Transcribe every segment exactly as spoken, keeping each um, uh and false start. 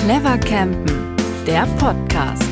Clever Campen, der Podcast.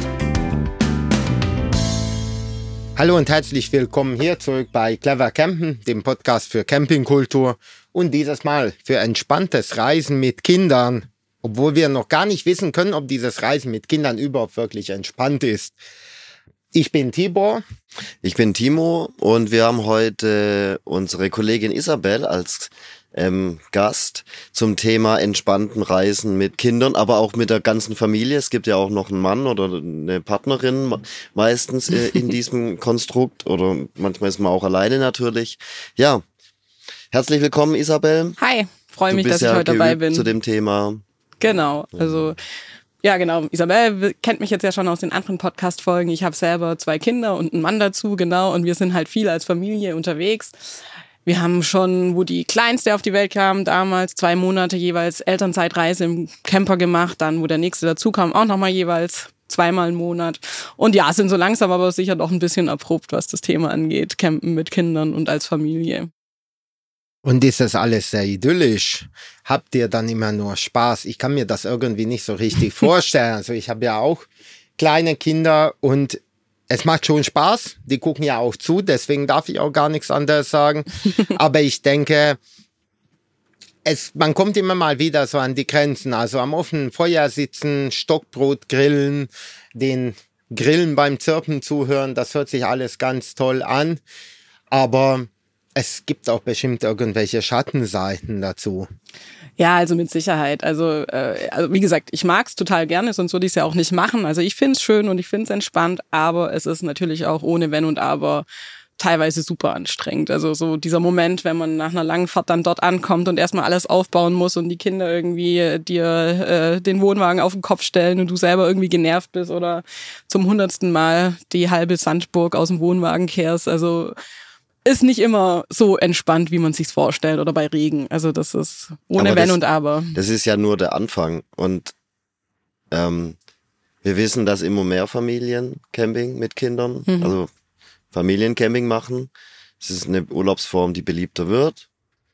Hallo und herzlich willkommen hier zurück bei Clever Campen, dem Podcast für Campingkultur und dieses Mal für entspanntes Reisen mit Kindern, obwohl wir noch gar nicht wissen können, ob dieses Reisen mit Kindern überhaupt wirklich entspannt ist. Ich bin Tibor. Ich bin Timo und wir haben heute unsere Kollegin Isabel als ähm, Gast zum Thema entspannten Reisen mit Kindern, aber auch mit der ganzen Familie. Es gibt ja auch noch einen Mann oder eine Partnerin meistens äh, in diesem Konstrukt oder manchmal ist man auch alleine natürlich. Ja, herzlich willkommen Isabel. Hi, freue mich, dass ja ich heute dabei bin. Zu dem Thema. Genau, also ja genau, Isabel kennt mich jetzt ja schon aus den anderen Podcast-Folgen. Ich habe selber zwei Kinder und einen Mann dazu, genau, und wir sind halt viel als Familie unterwegs. Wir haben schon, wo die Kleinste auf die Welt kam, damals zwei Monate jeweils Elternzeitreise im Camper gemacht. Dann, wo der Nächste dazu kam, auch nochmal jeweils zweimal im Monat. Und ja, sind so langsam aber sicher doch ein bisschen erprobt, was das Thema angeht. Campen mit Kindern und als Familie. Und ist das alles sehr idyllisch? Habt ihr dann immer nur Spaß? Ich kann mir das irgendwie nicht so richtig vorstellen. Also ich habe ja auch kleine Kinder und es macht schon Spaß. Die gucken ja auch zu, deswegen darf ich auch gar nichts anderes sagen. Aber ich denke, es, man kommt immer mal wieder so an die Grenzen. Also am offenen Feuer sitzen, Stockbrot grillen, den Grillen beim Zirpen zuhören, das hört sich alles ganz toll an. Aber es gibt auch bestimmt irgendwelche Schattenseiten dazu. Ja, also mit Sicherheit. Also, äh, also wie gesagt, ich mag's total gerne, sonst würde ich es ja auch nicht machen. Also ich find's schön und ich find's entspannt, aber es ist natürlich auch ohne Wenn und Aber teilweise super anstrengend. Also so dieser Moment, wenn man nach einer langen Fahrt dann dort ankommt und erstmal alles aufbauen muss und die Kinder irgendwie dir äh, den Wohnwagen auf den Kopf stellen und du selber irgendwie genervt bist oder zum hundertsten Mal die halbe Sandburg aus dem Wohnwagen kehrst. Also ist nicht immer so entspannt, wie man sich's vorstellt oder bei Regen. Also das ist ohne Aber Wenn das, und Aber. Das ist ja nur der Anfang und ähm, wir wissen, dass immer mehr Familien Camping mit Kindern, mhm. also Familiencamping machen. Es ist eine Urlaubsform, die beliebter wird.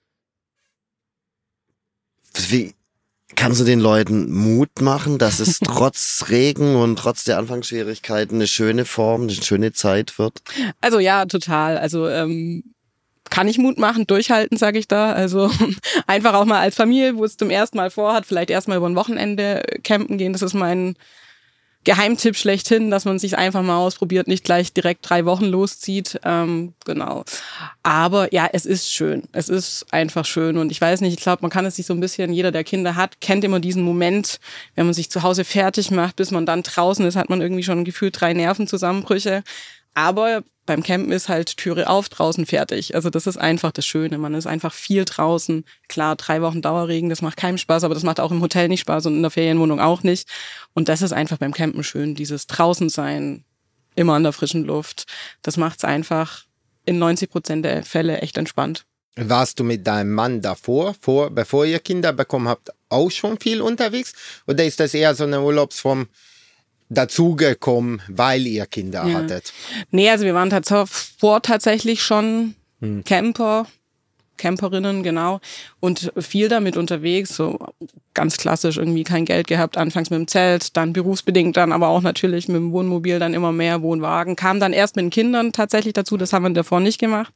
Wie kannst du den Leuten Mut machen, dass es trotz Regen und trotz der Anfangsschwierigkeiten eine schöne Form, eine schöne Zeit wird? Also ja, total. Also ähm, kann ich Mut machen, durchhalten, sage ich da. Also einfach auch mal als Familie, wo es zum ersten Mal vorhat, vielleicht erstmal über ein Wochenende campen gehen. Das ist mein Geheimtipp schlechthin, dass man sich einfach mal ausprobiert, nicht gleich direkt drei Wochen loszieht. Ähm, genau. Aber ja, es ist schön. Es ist einfach schön. Und ich weiß nicht, ich glaube, man kann es sich so ein bisschen, jeder, der Kinder hat, kennt immer diesen Moment, wenn man sich zu Hause fertig macht, bis man dann draußen ist, hat man irgendwie schon gefühlt drei Nervenzusammenbrüche. Aber beim Campen ist halt Türe auf, draußen fertig. Also das ist einfach das Schöne. Man ist einfach viel draußen. Klar, drei Wochen Dauerregen, das macht keinem Spaß, aber das macht auch im Hotel nicht Spaß und in der Ferienwohnung auch nicht. Und das ist einfach beim Campen schön. Dieses Draußensein, immer an der frischen Luft. Das macht's einfach in neunzig Prozent der Fälle echt entspannt. Warst du mit deinem Mann davor, vor, bevor ihr Kinder bekommen habt, auch schon viel unterwegs? Oder ist das eher so eine Urlaubsform dazugekommen, weil ihr Kinder ja. hattet? Nee, also wir waren davor tatsächlich schon hm. Camper, Camperinnen, genau, und viel damit unterwegs, so ganz klassisch irgendwie kein Geld gehabt, anfangs mit dem Zelt, dann berufsbedingt, dann aber auch natürlich mit dem Wohnmobil, dann immer mehr Wohnwagen, kam dann erst mit den Kindern tatsächlich dazu, das haben wir davor nicht gemacht.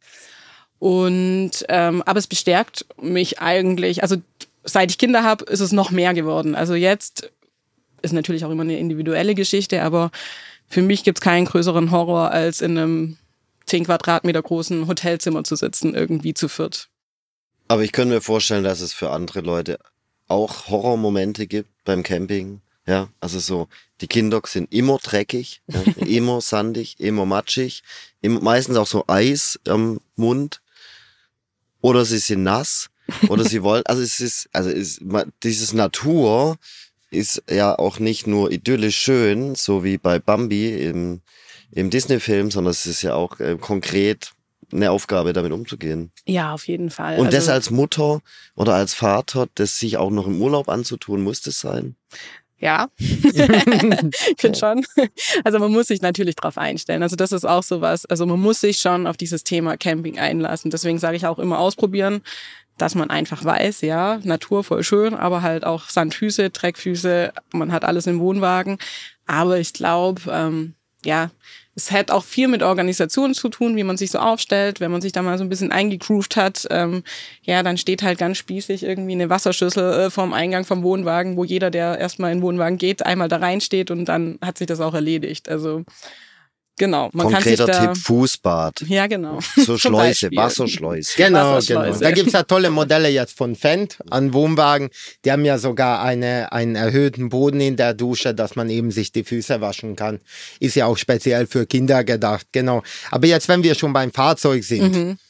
Und ähm, aber es bestärkt mich eigentlich, also seit ich Kinder habe, ist es noch mehr geworden. Also jetzt ist natürlich auch immer eine individuelle Geschichte, aber für mich gibt's keinen größeren Horror, als in einem zehn Quadratmeter großen Hotelzimmer zu sitzen, irgendwie zu viert. Aber ich könnte mir vorstellen, dass es für andere Leute auch Horrormomente gibt beim Camping. Ja, also so, die Kinder sind immer dreckig, ja, immer sandig, immer matschig, immer, meistens auch so Eis am Mund. Oder sie sind nass, oder sie wollen, also es ist, also es, dieses Natur ist ja auch nicht nur idyllisch schön, so wie bei Bambi im, im Disney-Film, sondern es ist ja auch äh, konkret eine Aufgabe, damit umzugehen. Ja, auf jeden Fall. Und also, das als Mutter oder als Vater, das sich auch noch im Urlaub anzutun, muss das sein? Ja, ich finde schon. Also man muss sich natürlich drauf einstellen. Also das ist auch sowas, also man muss sich schon auf dieses Thema Camping einlassen. Deswegen sage ich auch immer ausprobieren. dass man einfach weiß, ja, Natur voll schön, aber halt auch Sandfüße, Dreckfüße, man hat alles im Wohnwagen. Aber ich glaube, ähm, ja, es hat auch viel mit Organisation zu tun, wie man sich so aufstellt. Wenn man sich da mal so ein bisschen eingegroovt hat, ähm, ja, dann steht halt ganz spießig irgendwie eine Wasserschüssel äh, vorm Eingang vom Wohnwagen, wo jeder, der erstmal in den Wohnwagen geht, einmal da reinsteht und dann hat sich das auch erledigt. Also genau. Man Konkreter kann sich da, Tipp, Fußbad. Ja, genau. So Schleuse, Wasserschleuse. Genau, Wasserschleuse. genau. Da gibt's ja tolle Modelle jetzt von Fendt an Wohnwagen. Die haben ja sogar eine, einen erhöhten Boden in der Dusche, dass man eben sich die Füße waschen kann. Ist ja auch speziell für Kinder gedacht, genau. Aber jetzt, wenn wir schon beim Fahrzeug sind, Mhm.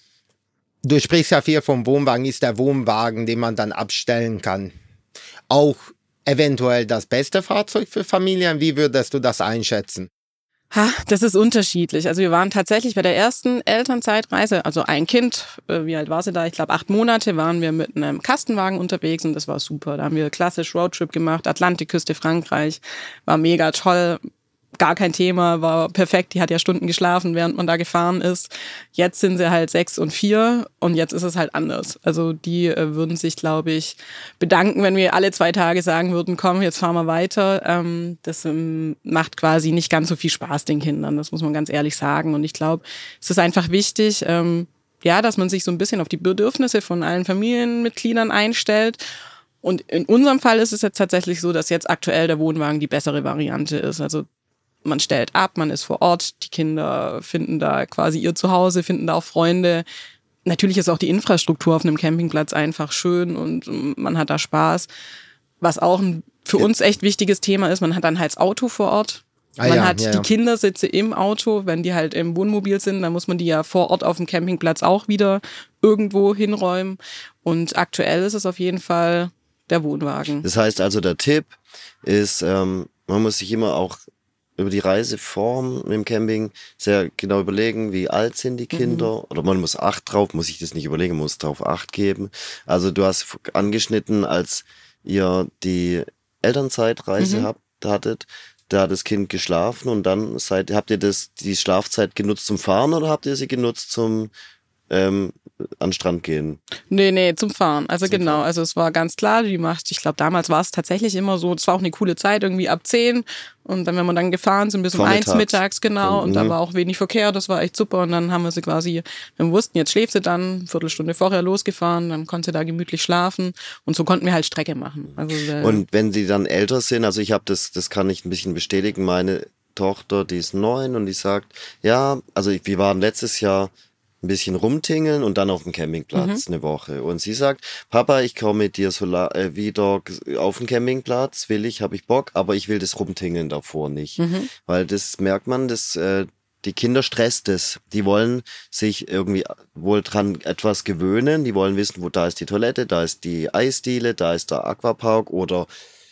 du sprichst ja viel vom Wohnwagen, ist der Wohnwagen, den man dann abstellen kann, auch eventuell das beste Fahrzeug für Familien? Wie würdest du das einschätzen? Ha, das ist unterschiedlich. Also wir waren tatsächlich bei der ersten Elternzeitreise, also ein Kind, äh, wie alt war sie da? Ich glaube acht Monate waren wir mit einem Kastenwagen unterwegs und das war super. Da haben wir klassisch Roadtrip gemacht, Atlantikküste Frankreich, war mega toll. Gar kein Thema, war perfekt. Die hat ja Stunden geschlafen, während man da gefahren ist. Jetzt sind sie halt sechs und vier und jetzt ist es halt anders. Also die äh, würden sich, glaube ich, bedanken, wenn wir alle zwei Tage sagen würden, komm, jetzt fahren wir weiter. Ähm, das ähm, macht quasi nicht ganz so viel Spaß den Kindern, das muss man ganz ehrlich sagen. Und ich glaube, es ist einfach wichtig, ähm, ja, dass man sich so ein bisschen auf die Bedürfnisse von allen Familienmitgliedern einstellt. Und in unserem Fall ist es jetzt tatsächlich so, dass jetzt aktuell der Wohnwagen die bessere Variante ist. Also man stellt ab, man ist vor Ort, die Kinder finden da quasi ihr Zuhause, finden da auch Freunde. Natürlich ist auch die Infrastruktur auf einem Campingplatz einfach schön und man hat da Spaß. Was auch ein für uns echt wichtiges Thema ist, man hat dann halt das Auto vor Ort. Ah, man ja, hat ja, die ja. Kindersitze im Auto, wenn die halt im Wohnmobil sind, dann muss man die ja vor Ort auf dem Campingplatz auch wieder irgendwo hinräumen. Und aktuell ist es auf jeden Fall der Wohnwagen. Das heißt also, der Tipp ist, ähm, man muss sich immer auch über die Reiseform im Camping sehr genau überlegen, wie alt sind die Kinder, mhm. oder man muss Acht drauf, muss ich das nicht überlegen, man muss drauf Acht geben. Also du hast angeschnitten, als ihr die Elternzeitreise Mhm. habt, hattet, da hat das Kind geschlafen und dann seid, habt ihr das, die Schlafzeit genutzt zum Fahren oder habt ihr sie genutzt zum ähm, an den Strand gehen? Nee, nee, zum Fahren. Also Zum genau, Fahren. also es war ganz klar, die macht, ich glaube damals war es tatsächlich immer so, es war auch eine coole Zeit, irgendwie ab zehn und dann, wenn wir dann gefahren sind, bis um eins Vormittags. mittags, genau, und da Mhm. war auch wenig Verkehr, das war echt super und dann haben wir sie quasi, wir wussten, jetzt schläft sie dann, Viertelstunde vorher losgefahren, dann konnte sie da gemütlich schlafen und so konnten wir halt Strecke machen. Also äh, Und wenn sie dann älter sind, also ich habe das, das kann ich ein bisschen bestätigen, meine Tochter, die ist neun und die sagt, ja, also ich- wir waren letztes Jahr ein bisschen rumtingeln und dann auf dem Campingplatz eine Woche. Und sie sagt, Papa, ich komme mit dir so la- äh, wieder g- auf den Campingplatz, will ich, habe ich Bock, aber ich will das Rumtingeln davor nicht. Mhm. Weil das merkt man, das, äh, die Kinder stresst es. Die wollen sich irgendwie wohl dran etwas gewöhnen. Die wollen wissen, wo da ist die Toilette, da ist die Eisdiele, da ist der Aquapark oder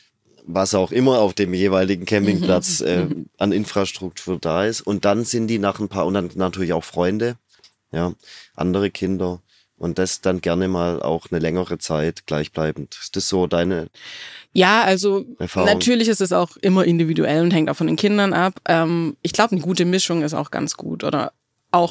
was auch immer auf dem jeweiligen Campingplatz äh, an Infrastruktur da ist. Und dann sind die nach ein paar, und dann natürlich auch Freunde, ja, andere Kinder. Und das dann gerne mal auch eine längere Zeit gleichbleibend. Ist das so deine Ja, also Erfahrung? natürlich ist es auch immer individuell und hängt auch von den Kindern ab. Ähm, ich glaube, eine gute Mischung ist auch ganz gut. Oder auch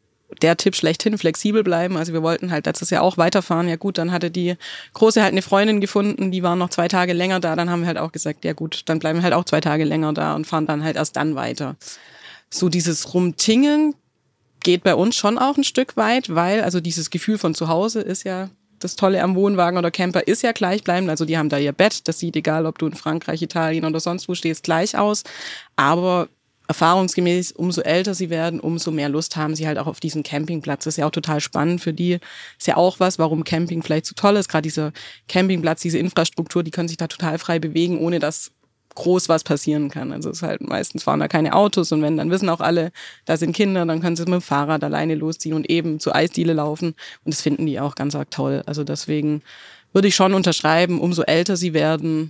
der Tipp schlechthin, flexibel bleiben. Also wir wollten halt letztes Jahr auch weiterfahren. Ja gut, dann hatte die Große halt eine Freundin gefunden, die waren noch zwei Tage länger da. Dann haben wir halt auch gesagt, ja gut, dann bleiben wir halt auch zwei Tage länger da und fahren dann halt erst dann weiter. So dieses Rumtingeln geht bei uns schon auch ein Stück weit, weil also dieses Gefühl von zu Hause ist ja das Tolle am Wohnwagen oder Camper ist ja gleichbleibend. Also die haben da ihr Bett, das sieht, egal ob du in Frankreich, Italien oder sonst wo stehst, gleich aus. Aber erfahrungsgemäß, umso älter sie werden, umso mehr Lust haben sie halt auch auf diesen Campingplatz. Das ist ja auch total spannend für die. Ist ja auch was, warum Camping vielleicht so toll ist. Gerade dieser Campingplatz, diese Infrastruktur, die können sich da total frei bewegen, ohne dass groß was passieren kann. Also es ist halt meistens fahren da keine Autos und wenn, dann wissen auch alle, da sind Kinder, dann können sie mit dem Fahrrad alleine losziehen und eben zur Eisdiele laufen und das finden die auch ganz arg toll. Also deswegen würde ich schon unterschreiben, umso älter sie werden,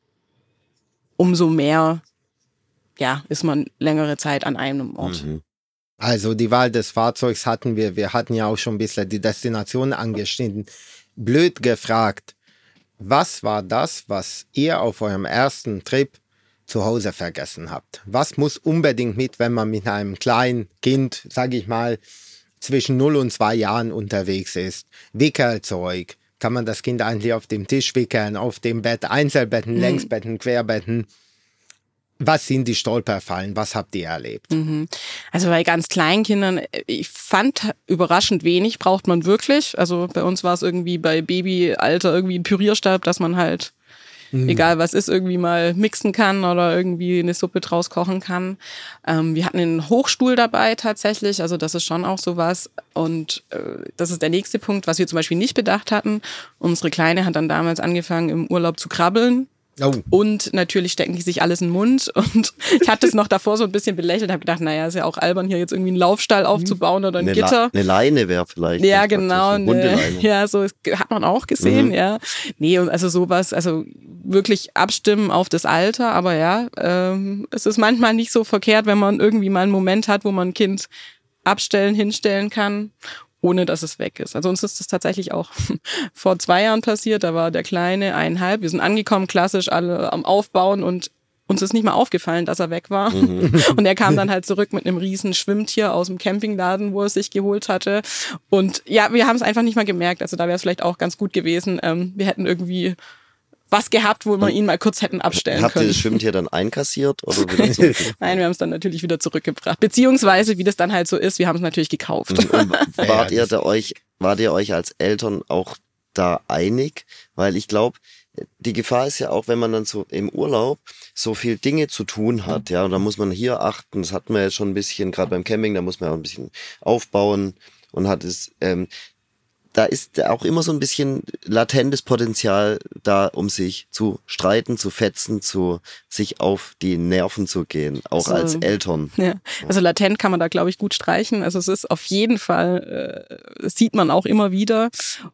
umso mehr, ja, ist man längere Zeit an einem Ort. Mhm. Also die Wahl des Fahrzeugs hatten wir, wir hatten ja auch schon ein bisschen die Destination angeschnitten. Blöd gefragt, was war das, was ihr auf eurem ersten Trip zu Hause vergessen habt? Was muss unbedingt mit, wenn man mit einem kleinen Kind, sage ich mal, zwischen null und zwei Jahren unterwegs ist? Wickelzeug, kann man das Kind eigentlich auf dem Tisch wickeln, auf dem Bett, Einzelbetten, mhm. Längsbetten, Querbetten. Was sind die Stolperfallen? Was habt ihr erlebt? Mhm. Also bei ganz kleinen Kindern, ich fand überraschend wenig braucht man wirklich. Also bei uns war es irgendwie bei Babyalter irgendwie ein Pürierstab, dass man halt, mhm. egal was ist, irgendwie mal mixen kann oder irgendwie eine Suppe draus kochen kann. Ähm, wir hatten einen Hochstuhl dabei tatsächlich, also das ist schon auch sowas. Und äh, das ist der nächste Punkt, was wir zum Beispiel nicht bedacht hatten. Unsere Kleine hat dann damals angefangen, im Urlaub zu krabbeln. Oh. Und natürlich stecken die sich alles in den Mund. Und ich hatte es noch davor so ein bisschen belächelt, habe gedacht, naja, ist ja auch albern, hier jetzt irgendwie einen Laufstall aufzubauen oder ein eine Gitter. La- eine Leine wäre vielleicht. Ja, genau. Eine, ja, so hat man auch gesehen, mhm. ja. Nee, und also sowas, also wirklich abstimmen auf das Alter. Aber ja, ähm, es ist manchmal nicht so verkehrt, wenn man irgendwie mal einen Moment hat, wo man ein Kind abstellen, hinstellen kann, ohne dass es weg ist. Also uns ist das tatsächlich auch vor zwei Jahren passiert. Da war der Kleine eineinhalb. Wir sind angekommen, klassisch alle am Aufbauen und uns ist nicht mal aufgefallen, dass er weg war. Mhm. Und er kam dann halt zurück mit einem riesen Schwimmtier aus dem Campingladen, wo er sich geholt hatte. Und ja, wir haben es einfach nicht mal gemerkt. Also da wäre es vielleicht auch ganz gut gewesen. Ähm, wir hätten irgendwie was gehabt, wo wir ihn mal kurz hätten abstellen Habt können. Habt ihr das Schwimmtier dann einkassiert oder wieder zurück? Nein, wir haben es dann natürlich wieder zurückgebracht. Beziehungsweise, wie das dann halt so ist, wir haben es natürlich gekauft. Und, und wart ihr da euch, wart ihr euch als Eltern auch da einig? Weil ich glaube, die Gefahr ist ja auch, wenn man dann so im Urlaub so viel Dinge zu tun hat, ja, und da muss man hier achten, das hatten wir jetzt schon ein bisschen, gerade beim Camping, da muss man auch ein bisschen aufbauen und hat es, ähm, da ist auch immer so ein bisschen latentes Potenzial da, um sich zu streiten, zu fetzen, zu sich auf die Nerven zu gehen, auch so, als Eltern. Ja. Also latent kann man da, glaube ich, gut streichen. Also es ist auf jeden Fall, äh, das sieht man auch immer wieder.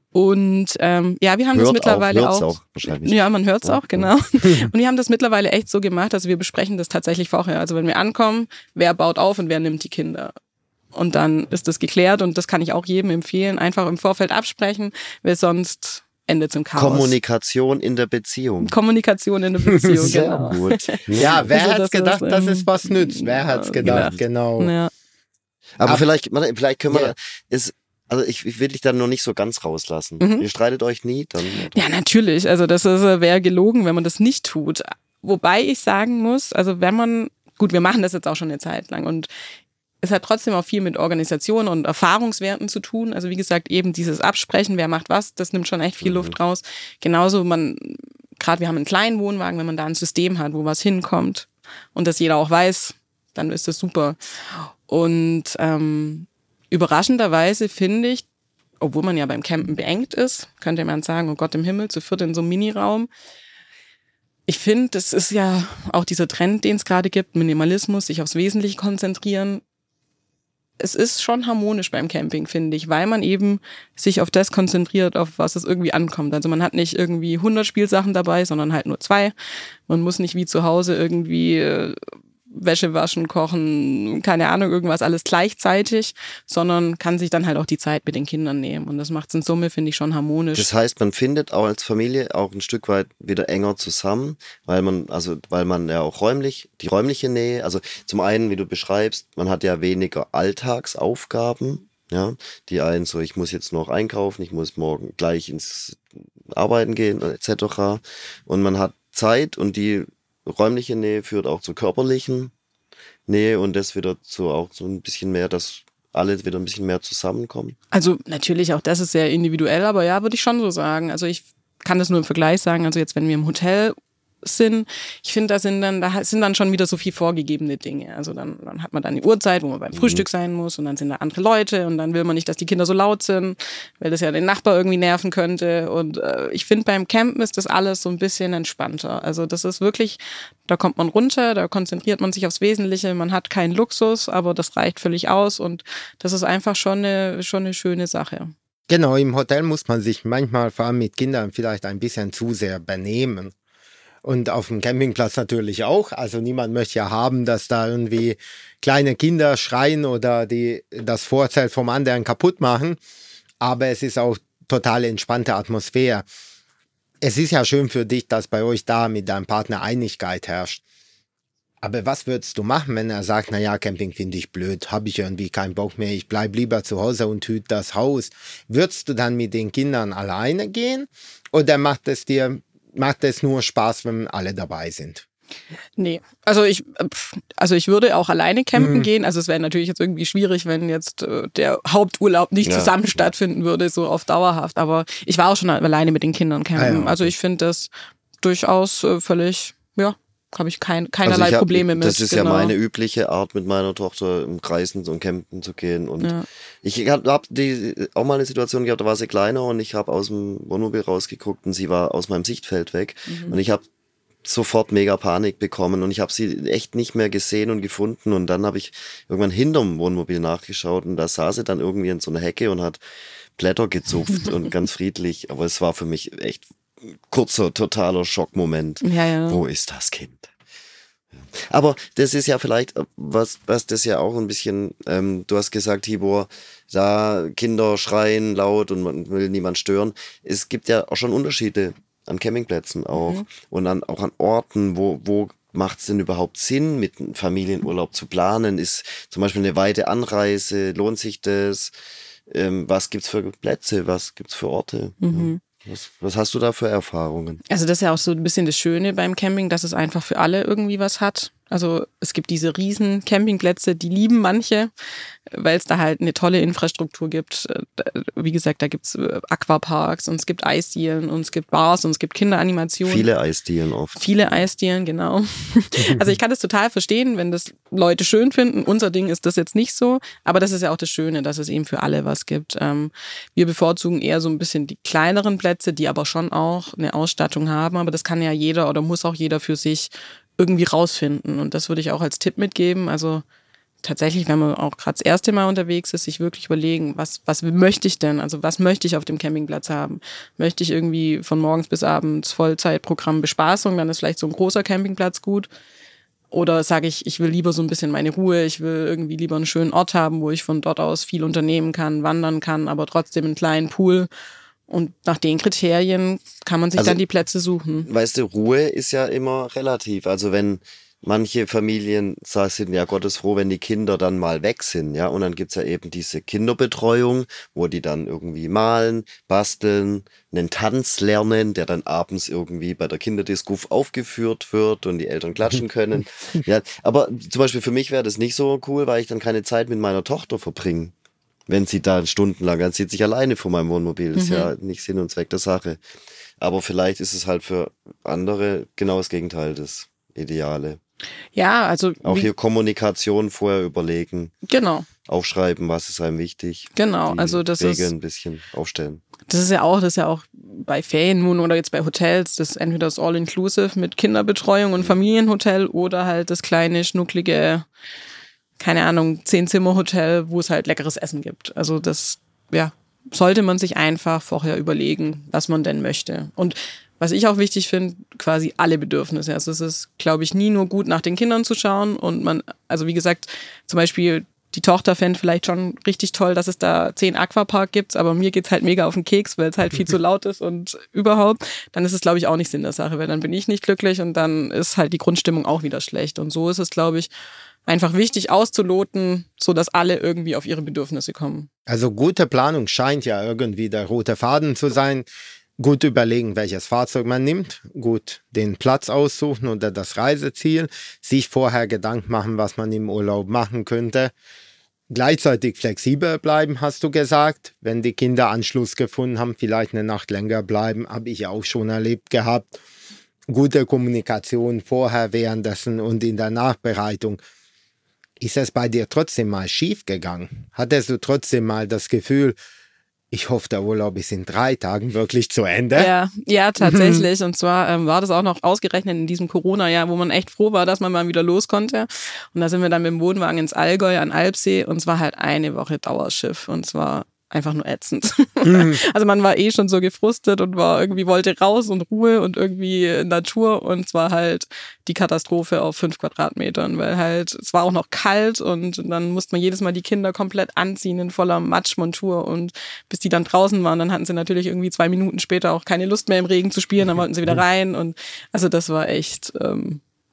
Und ähm, ja, wir haben hört das mittlerweile auch. auch. auch wahrscheinlich. Ja, man hört es ja. auch, genau. Und wir haben das mittlerweile echt so gemacht, also wir besprechen das tatsächlich vorher. Also wenn wir ankommen, wer baut auf und wer nimmt die Kinder? Und dann ist das geklärt und das kann ich auch jedem empfehlen. Einfach im Vorfeld absprechen, weil sonst endet es im Chaos. Kommunikation in der Beziehung. Kommunikation in der Beziehung, Sehr genau. gut. Ja, wer also, hat's das gedacht, ist, dass ähm, es was nützt? Wer hat's gedacht, ja. genau. Ja. Aber Ab, vielleicht, vielleicht können wir, ja. ist, also ich, ich will dich dann noch nicht so ganz rauslassen. Mhm. Ihr streitet euch nie? Dann, oder? Ja, natürlich. Also das wäre gelogen, wenn man das nicht tut. Wobei ich sagen muss, also wenn man, gut, wir machen das jetzt auch schon eine Zeit lang und es hat trotzdem auch viel mit Organisation und Erfahrungswerten zu tun. Also wie gesagt, eben dieses Absprechen, wer macht was, das nimmt schon echt viel mhm. Luft raus. Genauso, man, gerade wir haben einen kleinen Wohnwagen, wenn man da ein System hat, wo was hinkommt und das jeder auch weiß, dann ist das super. Und ähm, überraschenderweise finde ich, obwohl man ja beim Campen beengt ist, könnte man sagen, oh Gott im Himmel, zu viert in so einem Miniraum. Ich finde, das ist ja auch dieser Trend, den es gerade gibt, Minimalismus, sich aufs Wesentliche konzentrieren. Es ist schon harmonisch beim Camping, finde ich, weil man eben sich auf das konzentriert, auf was es irgendwie ankommt. Also man hat nicht irgendwie hundert Spielsachen dabei, sondern halt nur zwei. Man muss nicht wie zu Hause irgendwie äh, Wäsche waschen, kochen, keine Ahnung, irgendwas alles gleichzeitig, sondern kann sich dann halt auch die Zeit mit den Kindern nehmen. Und das macht es in Summe, finde ich, schon harmonisch. Das heißt, man findet auch als Familie auch ein Stück weit wieder enger zusammen, weil man, also, weil man ja auch räumlich, die räumliche Nähe, also zum einen, wie du beschreibst, man hat ja weniger Alltagsaufgaben, ja, die einen so, ich muss jetzt noch einkaufen, ich muss morgen gleich ins Arbeiten gehen, et cetera. Und man hat Zeit und die räumliche Nähe führt auch zur körperlichen Nähe und das wieder zu auch so ein bisschen mehr, dass alle wieder ein bisschen mehr zusammenkommen. Also natürlich, auch das ist sehr individuell, aber ja, würde ich schon so sagen. Also ich kann das nur im Vergleich sagen. Also jetzt, wenn wir im Hotel sind, ich finde, da sind dann, da sind dann schon wieder so viel vorgegebene Dinge. Also dann, dann hat man dann die Uhrzeit, wo man beim mhm. Frühstück sein muss und dann sind da andere Leute und dann will man nicht, dass die Kinder so laut sind, weil das ja den Nachbar irgendwie nerven könnte. Und äh, ich finde, beim Campen ist das alles so ein bisschen entspannter. Also das ist wirklich, da kommt man runter, da konzentriert man sich aufs Wesentliche, man hat keinen Luxus, aber das reicht völlig aus und das ist einfach schon eine, schon eine schöne Sache. Genau, im Hotel muss man sich manchmal vor allem mit Kindern vielleicht ein bisschen zu sehr benehmen. Und auf dem Campingplatz natürlich auch. Also niemand möchte ja haben, dass da irgendwie kleine Kinder schreien oder die das Vorzelt vom anderen kaputt machen. Aber es ist auch total entspannte Atmosphäre. Es ist ja schön für dich, dass bei euch da mit deinem Partner Einigkeit herrscht. Aber was würdest du machen, wenn er sagt, naja, Camping finde ich blöd, habe ich irgendwie keinen Bock mehr, ich bleib lieber zu Hause und hüte das Haus. Würdest du dann mit den Kindern alleine gehen oder macht es dir, macht es nur Spaß, wenn alle dabei sind? Nee, also ich, also ich würde auch alleine campen Mhm. gehen. Also es wäre natürlich jetzt irgendwie schwierig, wenn jetzt äh, der Haupturlaub nicht Ja. zusammen stattfinden würde, so auf dauerhaft. Aber ich war auch schon alleine mit den Kindern campen. Ah ja, okay. Also ich finde das durchaus äh, völlig, ja, habe ich kein, keinerlei Also ich hab, Probleme mit. Das ist genau. ja meine übliche Art, mit meiner Tochter im Kreisen und campen zu gehen. Und Ja. ich habe hab die auch mal eine Situation gehabt, da war sie kleiner und ich habe aus dem Wohnmobil rausgeguckt und sie war aus meinem Sichtfeld weg. Mhm. Und ich habe sofort mega Panik bekommen und ich habe sie echt nicht mehr gesehen und gefunden. Und dann habe ich irgendwann hinterm Wohnmobil nachgeschaut und da saß sie dann irgendwie in so einer Hecke und hat Blätter gezupft und ganz friedlich. Aber es war für mich echt ein kurzer, totaler Schockmoment. Ja, ja. Wo ist das Kind? Aber das ist ja vielleicht, was, was das ja auch ein bisschen, ähm, du hast gesagt, Tibor, da Kinder schreien laut und man will niemand stören. Es gibt ja auch schon Unterschiede an Campingplätzen auch Mhm. und an, auch an Orten, wo, wo macht es denn überhaupt Sinn, mit einem Familienurlaub zu planen? Ist zum Beispiel eine weite Anreise, lohnt sich das? Ähm, was gibt's für Plätze, was gibt's für Orte? Mhm. Was, was hast du da für Erfahrungen? Also das ist ja auch so ein bisschen das Schöne beim Camping, dass es einfach für alle irgendwie was hat. Also es gibt diese riesen Campingplätze, die lieben manche, weil es da halt eine tolle Infrastruktur gibt. Wie gesagt, da gibt's Aquaparks und es gibt Eisdielen und es gibt Bars und es gibt Kinderanimationen. Viele Eisdielen oft. Viele Eisdielen, genau. Also ich kann das total verstehen, wenn das Leute schön finden. Unser Ding ist das jetzt nicht so, aber das ist ja auch das Schöne, dass es eben für alle was gibt. Ähm, wir bevorzugen eher so ein bisschen die kleineren Plätze, die aber schon auch eine Ausstattung haben, aber das kann ja jeder oder muss auch jeder für sich irgendwie rausfinden und das würde ich auch als Tipp mitgeben. Also tatsächlich, wenn man auch gerade das erste Mal unterwegs ist, sich wirklich überlegen, was, was möchte ich denn? Also was möchte ich auf dem Campingplatz haben? Möchte ich irgendwie von morgens bis abends Vollzeitprogramm Bespaßung, dann ist vielleicht so ein großer Campingplatz gut. Oder sage ich, ich will lieber so ein bisschen meine Ruhe, ich will irgendwie lieber einen schönen Ort haben, wo ich von dort aus viel unternehmen kann, wandern kann, aber trotzdem einen kleinen Pool. Und nach den Kriterien kann man sich Also, dann die Plätze suchen. Weißt du, Ruhe ist ja immer relativ. Also wenn manche Familien sagen, sind ja gottesfroh, wenn die Kinder dann mal weg sind, ja, und dann gibt's ja eben diese Kinderbetreuung, wo die dann irgendwie malen, basteln, einen Tanz lernen, der dann abends irgendwie bei der Kinderdisco aufgeführt wird und die Eltern klatschen können. Ja, aber zum Beispiel für mich wäre das nicht so cool, weil ich dann keine Zeit mit meiner Tochter verbringe. Wenn sie da stundenlang, dann sitzt sich alleine vor meinem Wohnmobil. Das ist Mhm. ja nicht Sinn und Zweck der Sache. Aber vielleicht ist es halt für andere genau das Gegenteil, das Ideale. Ja, also Auch wie, hier Kommunikation vorher überlegen, genau, aufschreiben, was ist einem wichtig. genau. Die Also das Regeln ist ein bisschen aufstellen. das ist ja auch, das ist ja auch bei Ferienwohnungen oder jetzt bei Hotels, das ist entweder das All-Inclusive mit Kinderbetreuung und Familienhotel oder halt das kleine, schnucklige, keine Ahnung, Zehn-Zimmer-Hotel, wo es halt leckeres Essen gibt. Also das, ja, sollte man sich einfach vorher überlegen, was man denn möchte. Und was ich auch wichtig finde, quasi alle Bedürfnisse. Also es ist, glaube ich, nie nur gut, nach den Kindern zu schauen. Und man, also wie gesagt, zum Beispiel die Tochter fände vielleicht schon richtig toll, dass es da zehn Aquapark gibt, aber mir geht's halt mega auf den Keks, weil es halt viel zu laut ist und überhaupt. Dann ist es, glaube ich, auch nicht Sinn der Sache, weil dann bin ich nicht glücklich und dann ist halt die Grundstimmung auch wieder schlecht. Und so ist es, glaube ich, einfach wichtig auszuloten, so dass alle irgendwie auf ihre Bedürfnisse kommen. Also gute Planung scheint ja irgendwie der rote Faden zu sein. Gut überlegen, welches Fahrzeug man nimmt, gut den Platz aussuchen oder das Reiseziel, sich vorher Gedanken machen, was man im Urlaub machen könnte. Gleichzeitig flexibel bleiben, hast du gesagt. Wenn die Kinder Anschluss gefunden haben, vielleicht eine Nacht länger bleiben, habe ich auch schon erlebt gehabt. Gute Kommunikation vorher, währenddessen und in der Nachbereitung. Ist es bei dir trotzdem mal schief gegangen? Hattest du trotzdem mal das Gefühl, ich hoffe, der Urlaub ist in drei Tagen wirklich zu Ende? Ja, ja, tatsächlich. Und zwar ähm, war das auch noch ausgerechnet in diesem Corona-Jahr, wo man echt froh war, dass man mal wieder los konnte. Und da sind wir dann mit dem Wohnwagen ins Allgäu an Alpsee und es war halt eine Woche Dauerschiff und es war einfach nur ätzend. Mhm. Also man war eh schon so gefrustet und war irgendwie, wollte raus und Ruhe und irgendwie Natur und es war halt die Katastrophe auf fünf Quadratmetern, weil halt, es war auch noch kalt und dann musste man jedes Mal die Kinder komplett anziehen in voller Matschmontur und bis die dann draußen waren, dann hatten sie natürlich irgendwie zwei Minuten später auch keine Lust mehr im Regen zu spielen, dann wollten sie wieder rein und also das war echt, ähm,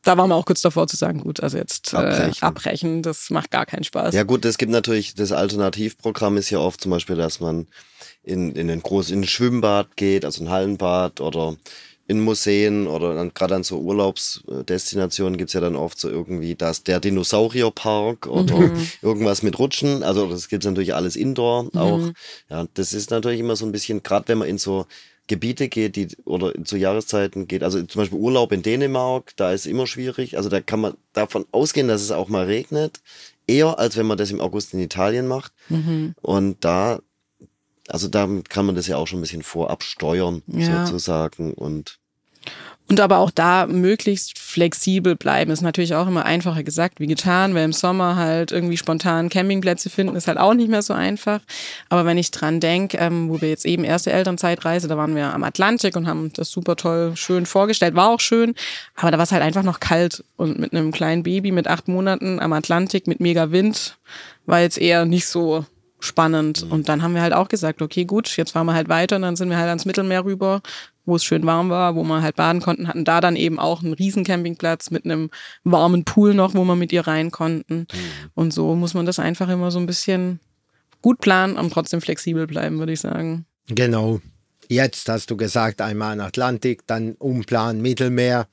da waren wir auch kurz davor zu sagen, gut, also jetzt Abbrechen. Äh, abbrechen, das macht gar keinen Spaß. Ja gut, es gibt natürlich, das Alternativprogramm ist ja oft zum Beispiel, dass man in, in ein großes in ein Schwimmbad geht, also ein Hallenbad oder in Museen oder dann, gerade an so Urlaubsdestinationen gibt's ja dann oft so irgendwie das, der Dinosaurierpark oder Mhm. irgendwas mit Rutschen. Also das gibt's natürlich alles Indoor auch. Mhm. Ja, das ist natürlich immer so ein bisschen, gerade wenn man in so Gebiete geht, die oder zu Jahreszeiten geht, also zum Beispiel Urlaub in Dänemark, da ist immer schwierig. Also da kann man davon ausgehen, dass es auch mal regnet. Eher als wenn man das im August in Italien macht. Mhm. Und da, also da kann man das ja auch schon ein bisschen vorab steuern, Ja. sozusagen. Und Und aber auch da möglichst flexibel bleiben. Ist natürlich auch immer einfacher gesagt wie getan, weil im Sommer halt irgendwie spontan Campingplätze finden, ist halt auch nicht mehr so einfach. Aber wenn ich dran denke, ähm, wo wir jetzt eben erste Elternzeitreise, da waren wir am Atlantik und haben das super toll, schön vorgestellt, war auch schön. Aber da war es halt einfach noch kalt und mit einem kleinen Baby mit acht Monaten am Atlantik mit mega Wind war jetzt eher nicht so spannend. Und dann haben wir halt auch gesagt, okay, gut, jetzt fahren wir halt weiter und dann sind wir halt ans Mittelmeer rüber, wo es schön warm war, wo wir halt baden konnten, hatten da dann eben auch einen riesen Campingplatz mit einem warmen Pool noch, wo wir mit ihr rein konnten. Mhm. Und so muss man das einfach immer so ein bisschen gut planen und trotzdem flexibel bleiben, würde ich sagen. Genau. Jetzt hast du gesagt, einmal in Atlantik, dann Umplan, Mittelmeer.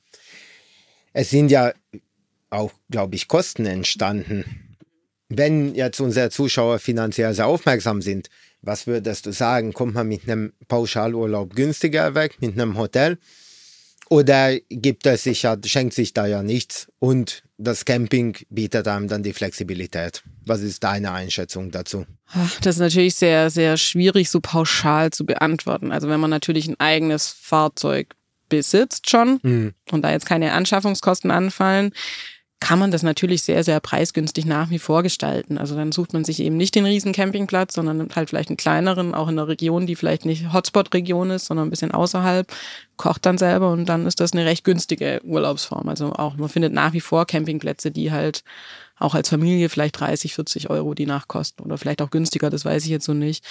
Es sind ja auch, glaube ich, Kosten entstanden. Wenn jetzt unsere Zuschauer finanziell sehr aufmerksam sind, was würdest du sagen? Kommt man mit einem Pauschalurlaub günstiger weg, mit einem Hotel? Oder gibt es sich ja, schenkt sich da ja nichts und das Camping bietet einem dann die Flexibilität? Was ist deine Einschätzung dazu? Das ist natürlich sehr, sehr schwierig, so pauschal zu beantworten. Also wenn man natürlich ein eigenes Fahrzeug besitzt schon mhm. und da jetzt keine Anschaffungskosten anfallen, kann man das natürlich sehr, sehr preisgünstig nach wie vor gestalten. Also dann sucht man sich eben nicht den riesen Campingplatz, sondern nimmt halt vielleicht einen kleineren, auch in einer Region, die vielleicht nicht Hotspot-Region ist, sondern ein bisschen außerhalb, kocht dann selber und dann ist das eine recht günstige Urlaubsform. Also auch, man findet nach wie vor Campingplätze, die halt auch als Familie vielleicht dreißig, vierzig Euro die Nacht kosten oder vielleicht auch günstiger, das weiß ich jetzt so nicht.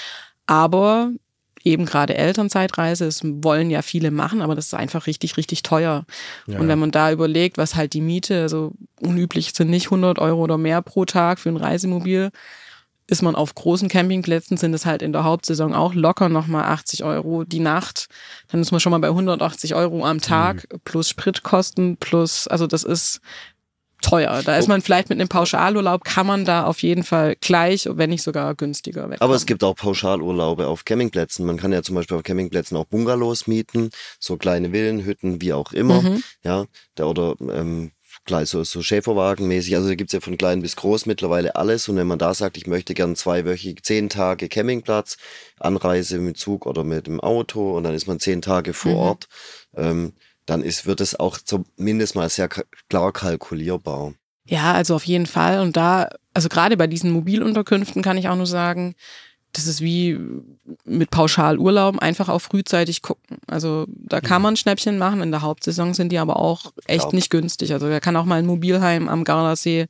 Aber eben gerade Elternzeitreise, das wollen ja viele machen, aber das ist einfach richtig, richtig teuer. Ja. Und wenn man da überlegt, was halt die Miete, also unüblich sind nicht hundert Euro oder mehr pro Tag für ein Reisemobil, ist man auf großen Campingplätzen, sind es halt in der Hauptsaison auch locker nochmal achtzig Euro die Nacht. Dann ist man schon mal bei hundertachtzig Euro am Tag mhm. plus Spritkosten plus, also das ist teuer. Da ist man vielleicht mit einem Pauschalurlaub, kann man da auf jeden Fall gleich, wenn nicht sogar günstiger wegkommen. Aber es gibt auch Pauschalurlaube auf Campingplätzen. Man kann ja zum Beispiel auf Campingplätzen auch Bungalows mieten, so kleine Villen, Hütten, wie auch immer. Mhm. Ja, da oder ähm, gleich so, so Schäferwagenmäßig. Also da gibt's ja von klein bis groß mittlerweile alles. Und wenn man da sagt, ich möchte gern zweiwöchig, zehn Tage Campingplatz, Anreise mit Zug oder mit dem Auto und dann ist man zehn Tage vor mhm. Ort, ähm, dann ist, wird es auch zumindest mal sehr klar kalkulierbar. Ja, also auf jeden Fall. Und da, also gerade bei diesen Mobilunterkünften kann ich auch nur sagen, das ist wie mit Pauschalurlauben, einfach auch frühzeitig gucken. Also da kann man Schnäppchen machen, in der Hauptsaison sind die aber auch echt Glaub. nicht günstig. Also da kann auch mal ein Mobilheim am Gardasee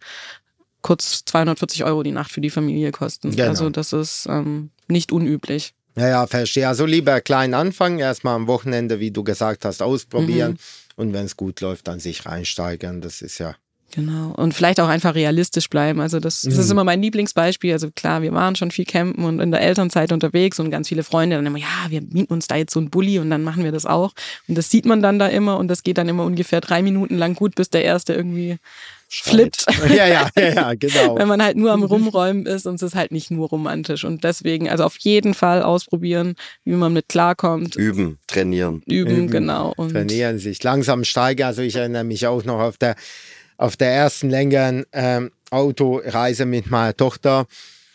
kurz zweihundertvierzig Euro die Nacht für die Familie kosten. Genau. Also das ist ähm, nicht unüblich. Ja, ja, verstehe. Also lieber klein anfangen, erstmal am Wochenende, wie du gesagt hast, ausprobieren mhm. und wenn es gut läuft, dann sich reinsteigern. Das ist ja... Genau. Und vielleicht auch einfach realistisch bleiben. Also das, das mhm. ist immer mein Lieblingsbeispiel. Also klar, wir waren schon viel campen und in der Elternzeit unterwegs und ganz viele Freunde dann immer, ja, wir mieten uns da jetzt so einen Bulli und dann machen wir das auch. Und das sieht man dann da immer und das geht dann immer ungefähr drei Minuten lang gut, bis der Erste irgendwie flippt. Ja, ja, ja, ja, genau. Wenn man halt nur am Rumräumen ist und es ist halt nicht nur romantisch. Und deswegen, also auf jeden Fall ausprobieren, wie man mit klarkommt. Üben, trainieren. Üben, Üben genau. Und trainieren, sich langsam steigern. Also ich erinnere mich auch noch auf der Auf der ersten längeren ähm, Autoreise mit meiner Tochter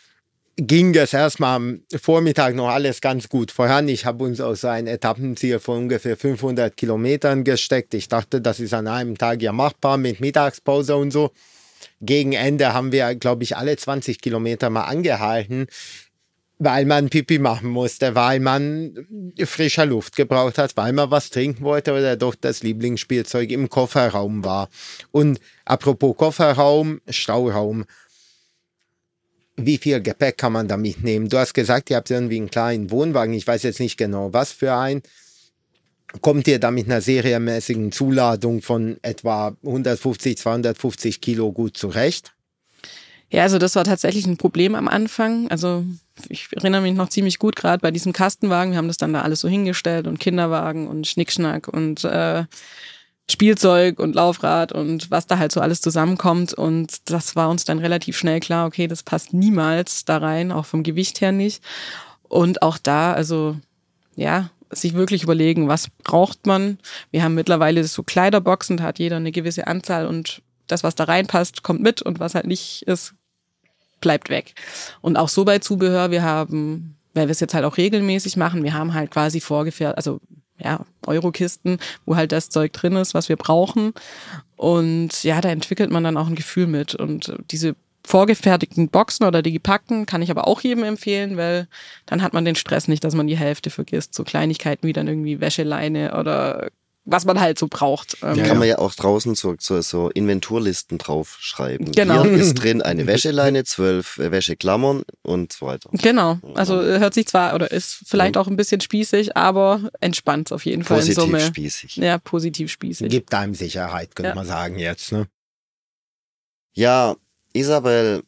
ging es erstmal am Vormittag noch alles ganz gut voran. Ich habe uns auf so ein Etappenziel von ungefähr fünfhundert Kilometern gesteckt. Ich dachte, das ist an einem Tag ja machbar mit Mittagspause und so. Gegen Ende haben wir, glaube ich, alle zwanzig Kilometer mal angehalten, weil man Pipi machen musste, weil man frischer Luft gebraucht hat, weil man was trinken wollte oder doch das Lieblingsspielzeug im Kofferraum war. Und apropos Kofferraum, Stauraum, wie viel Gepäck kann man da mitnehmen? Du hast gesagt, ihr habt irgendwie einen kleinen Wohnwagen, ich weiß jetzt nicht genau, was für ein. kommt ihr da mit einer serienmäßigen Zuladung von etwa hundertfünfzig, zweihundertfünfzig Kilo gut zurecht? Ja, also das war tatsächlich ein Problem am Anfang. Also ich erinnere mich noch ziemlich gut, gerade bei diesem Kastenwagen. Wir haben das dann da alles so hingestellt und Kinderwagen und Schnickschnack und äh, Spielzeug und Laufrad und was da halt so alles zusammenkommt. Und das war uns dann relativ schnell klar, okay, das passt niemals da rein, auch vom Gewicht her nicht. Und auch da, also ja, sich wirklich überlegen, was braucht man. Wir haben mittlerweile so Kleiderboxen, da hat jeder eine gewisse Anzahl und das, was da reinpasst, kommt mit und was halt nicht ist, bleibt weg. Und auch so bei Zubehör, wir haben, weil wir es jetzt halt auch regelmäßig machen, wir haben halt quasi vorgefertigt, also ja, Eurokisten, wo halt das Zeug drin ist, was wir brauchen. Und ja, da entwickelt man dann auch ein Gefühl mit. Und diese vorgefertigten Boxen oder die gepackten kann ich aber auch jedem empfehlen, weil dann hat man den Stress nicht, dass man die Hälfte vergisst. So Kleinigkeiten wie dann irgendwie Wäscheleine oder was man halt so braucht. Die kann man ja auch draußen so, so, so Inventurlisten draufschreiben. Genau. Hier ist drin eine Wäscheleine, zwölf Wäscheklammern und so weiter. Genau. Also hört sich zwar oder ist vielleicht auch ein bisschen spießig, aber entspannt auf jeden Fall in Summe. Positiv spießig. Ja, positiv spießig. Gibt einem Sicherheit, könnte ja. man sagen jetzt. Ne? Ja, Isabel,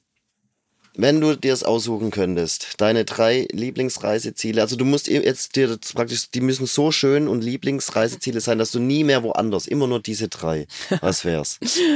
wenn du dir es aussuchen könntest, deine drei Lieblingsreiseziele, also du musst jetzt dir das praktisch, die müssen so schön und Lieblingsreiseziele sein, dass du nie mehr woanders, immer nur diese drei. Was wär's?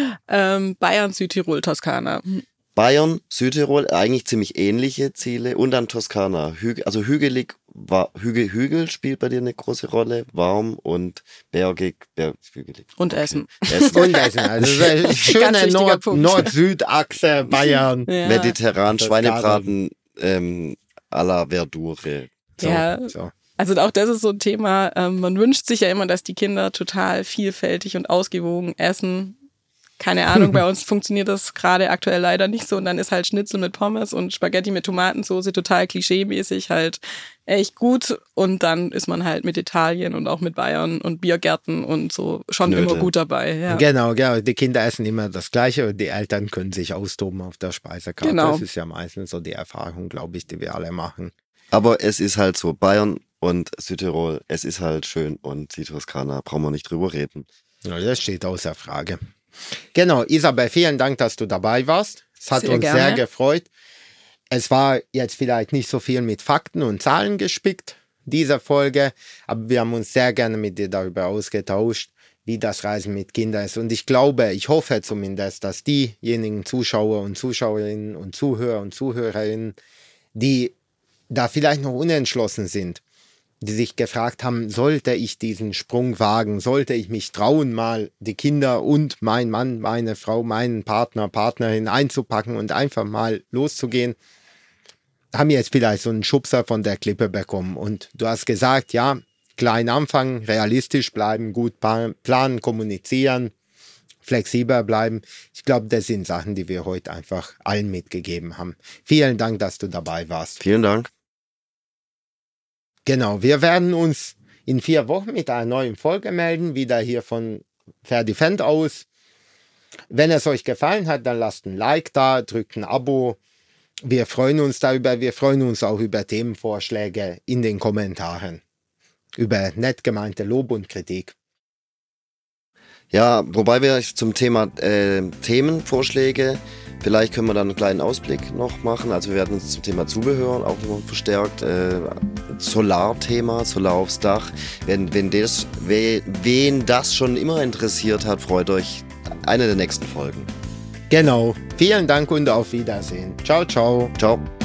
ähm, Bayern, Südtirol, Toskana. Bayern, Südtirol, eigentlich ziemlich ähnliche Ziele und dann Toskana. Hügel, also hügelig, war, Hügel, Hügel spielt bei dir eine große Rolle, warm und bergig, berg, hügelig. Und Essen. Essen. Und Essen, also eine schöne Nord, Nord-Süd-Achse, Bayern. Ja. Mediterran, Schweinebraten ähm, à la Verdure. So. Ja, so. Also auch das ist so ein Thema, ähm, man wünscht sich ja immer, dass die Kinder total vielfältig und ausgewogen essen. Keine Ahnung, bei uns funktioniert das gerade aktuell leider nicht so und dann ist halt Schnitzel mit Pommes und Spaghetti mit Tomatensauce total klischeemäßig halt echt gut und dann ist man halt mit Italien und auch mit Bayern und Biergärten und so schon Knöte. Immer gut dabei. Ja. Genau, genau, die Kinder essen immer das Gleiche und die Eltern können sich austoben auf der Speisekarte. Genau. Das ist ja meistens so die Erfahrung, glaube ich, die wir alle machen. Aber es ist halt so, Bayern und Südtirol, es ist halt schön und die Toskana, brauchen wir nicht drüber reden. Ja, das steht außer Frage. Genau, Isabel, vielen Dank, dass du dabei warst. Es hat sehr uns gerne. sehr gefreut. Es war jetzt vielleicht nicht so viel mit Fakten und Zahlen gespickt, diese Folge, aber wir haben uns sehr gerne mit dir darüber ausgetauscht, wie das Reisen mit Kindern ist. Und ich glaube, ich hoffe zumindest, dass diejenigen Zuschauer und Zuschauerinnen und Zuhörer und Zuhörerinnen, die da vielleicht noch unentschlossen sind, die sich gefragt haben, sollte ich diesen Sprung wagen, sollte ich mich trauen, mal die Kinder und mein Mann, meine Frau, meinen Partner, Partnerin einzupacken und einfach mal loszugehen, haben jetzt vielleicht so einen Schubser von der Klippe bekommen. Und du hast gesagt, ja, klein anfangen, realistisch bleiben, gut planen, kommunizieren, flexibel bleiben. Ich glaube, das sind Sachen, die wir heute einfach allen mitgegeben haben. Vielen Dank, dass du dabei warst. Vielen Dank. Genau, wir werden uns in vier Wochen mit einer neuen Folge melden, wieder hier von Ferdi Fendt aus. Wenn es euch gefallen hat, dann lasst ein Like da, drückt ein Abo. Wir freuen uns darüber, wir freuen uns auch über Themenvorschläge in den Kommentaren, über nett gemeinte Lob und Kritik. Ja, wobei wir zum Thema äh, Themenvorschläge, vielleicht können wir dann einen kleinen Ausblick noch machen. Also wir werden uns zum Thema Zubehör auch noch verstärkt. Äh, Solarthema, Solar aufs Dach. Wenn, wenn das, wen das schon immer interessiert hat, freut euch eine der nächsten Folgen. Genau. Vielen Dank und auf Wiedersehen. Ciao, ciao. Ciao.